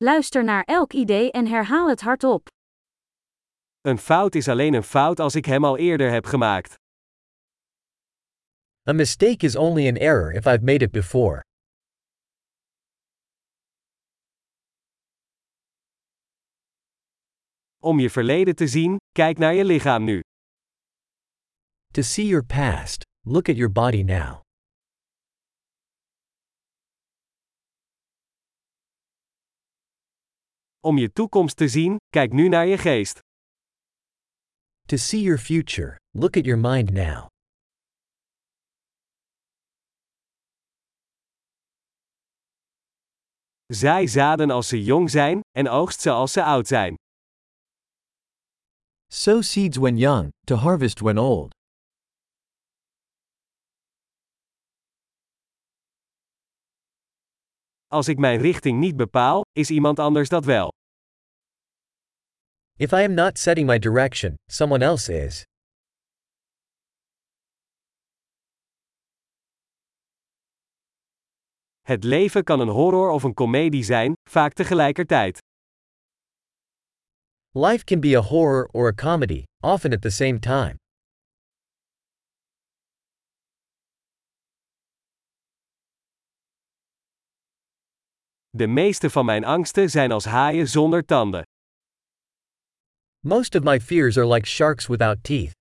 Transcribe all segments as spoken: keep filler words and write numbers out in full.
Luister naar elk idee en herhaal het hardop. Een fout is alleen een fout als ik hem al eerder heb gemaakt. A mistake is only an error if I've made it before. Om je verleden te zien, kijk naar je lichaam nu. To see your past, look at your body now. Om je toekomst te zien, kijk nu naar je geest. To see your future, look at your mind now. Zaai zaden als ze jong zijn, en oogst ze als ze oud zijn. Sow seeds when young, to harvest when old. Als ik mijn richting niet bepaal, is iemand anders dat wel. If I am not setting my direction, someone else is. Het leven kan een horror of een komedie zijn, vaak tegelijkertijd. Life can be a horror or a comedy, often at the same time. De meeste van mijn angsten zijn als haaien zonder tanden. Most of my fears are like sharks without teeth.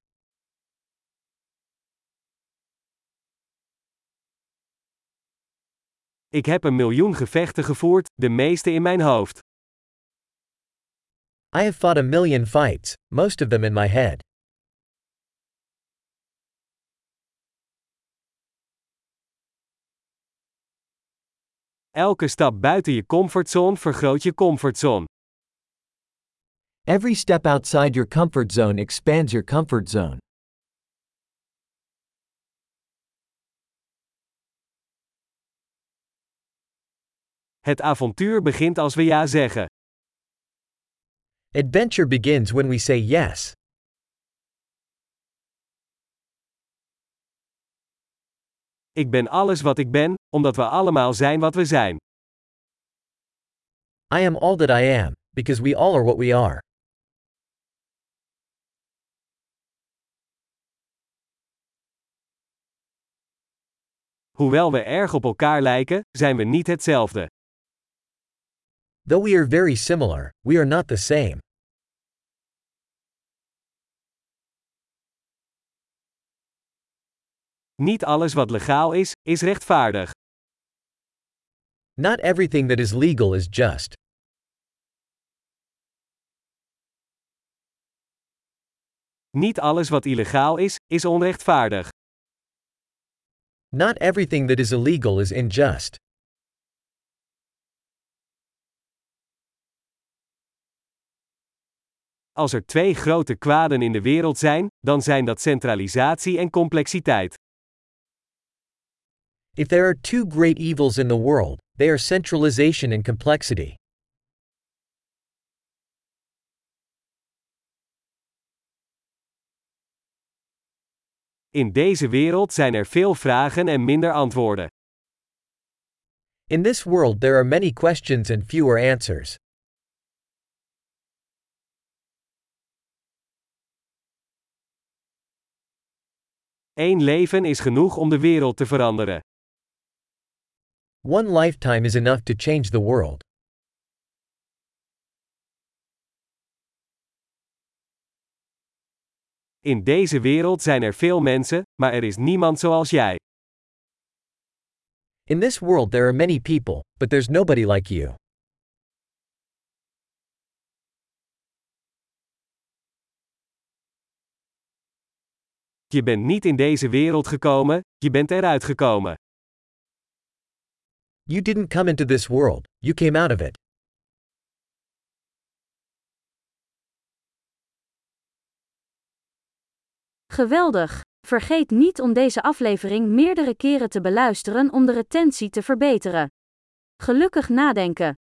Ik heb een miljoen gevechten gevoerd, de meeste in mijn hoofd. I have fought a million fights, most of them in my head. Elke stap buiten je comfortzone vergroot je comfortzone. Every step outside your comfort zone expands your comfort zone. Het avontuur begint als we ja zeggen. Adventure begins when we say yes. Ik ben alles wat ik ben, omdat we allemaal zijn wat we zijn. I am all that I am, because we all are what we are. Hoewel we erg op elkaar lijken, zijn we niet hetzelfde. Though we are very similar, we are not the same. Niet alles wat legaal is, is rechtvaardig. Not everything that is legal is just. Niet alles wat illegaal is, is onrechtvaardig. Not everything that is illegal is unjust. Als er twee grote kwaden in de wereld zijn, dan zijn dat centralisatie en complexiteit. If there are two great evils in the world, they are centralization and complexity. In deze wereld zijn er veel vragen en minder antwoorden. In this world there are many questions and fewer answers. Eén leven is genoeg om de wereld te veranderen. One lifetime is enough to change the world. In deze wereld zijn er veel mensen, maar er is niemand zoals jij. In this world there are many people, but there's nobody like you. Je bent niet in deze wereld gekomen, je bent eruit gekomen. You didn't come into this world, you came out of it. Geweldig! Vergeet niet om deze aflevering meerdere keren te beluisteren om de retentie te verbeteren. Gelukkig nadenken!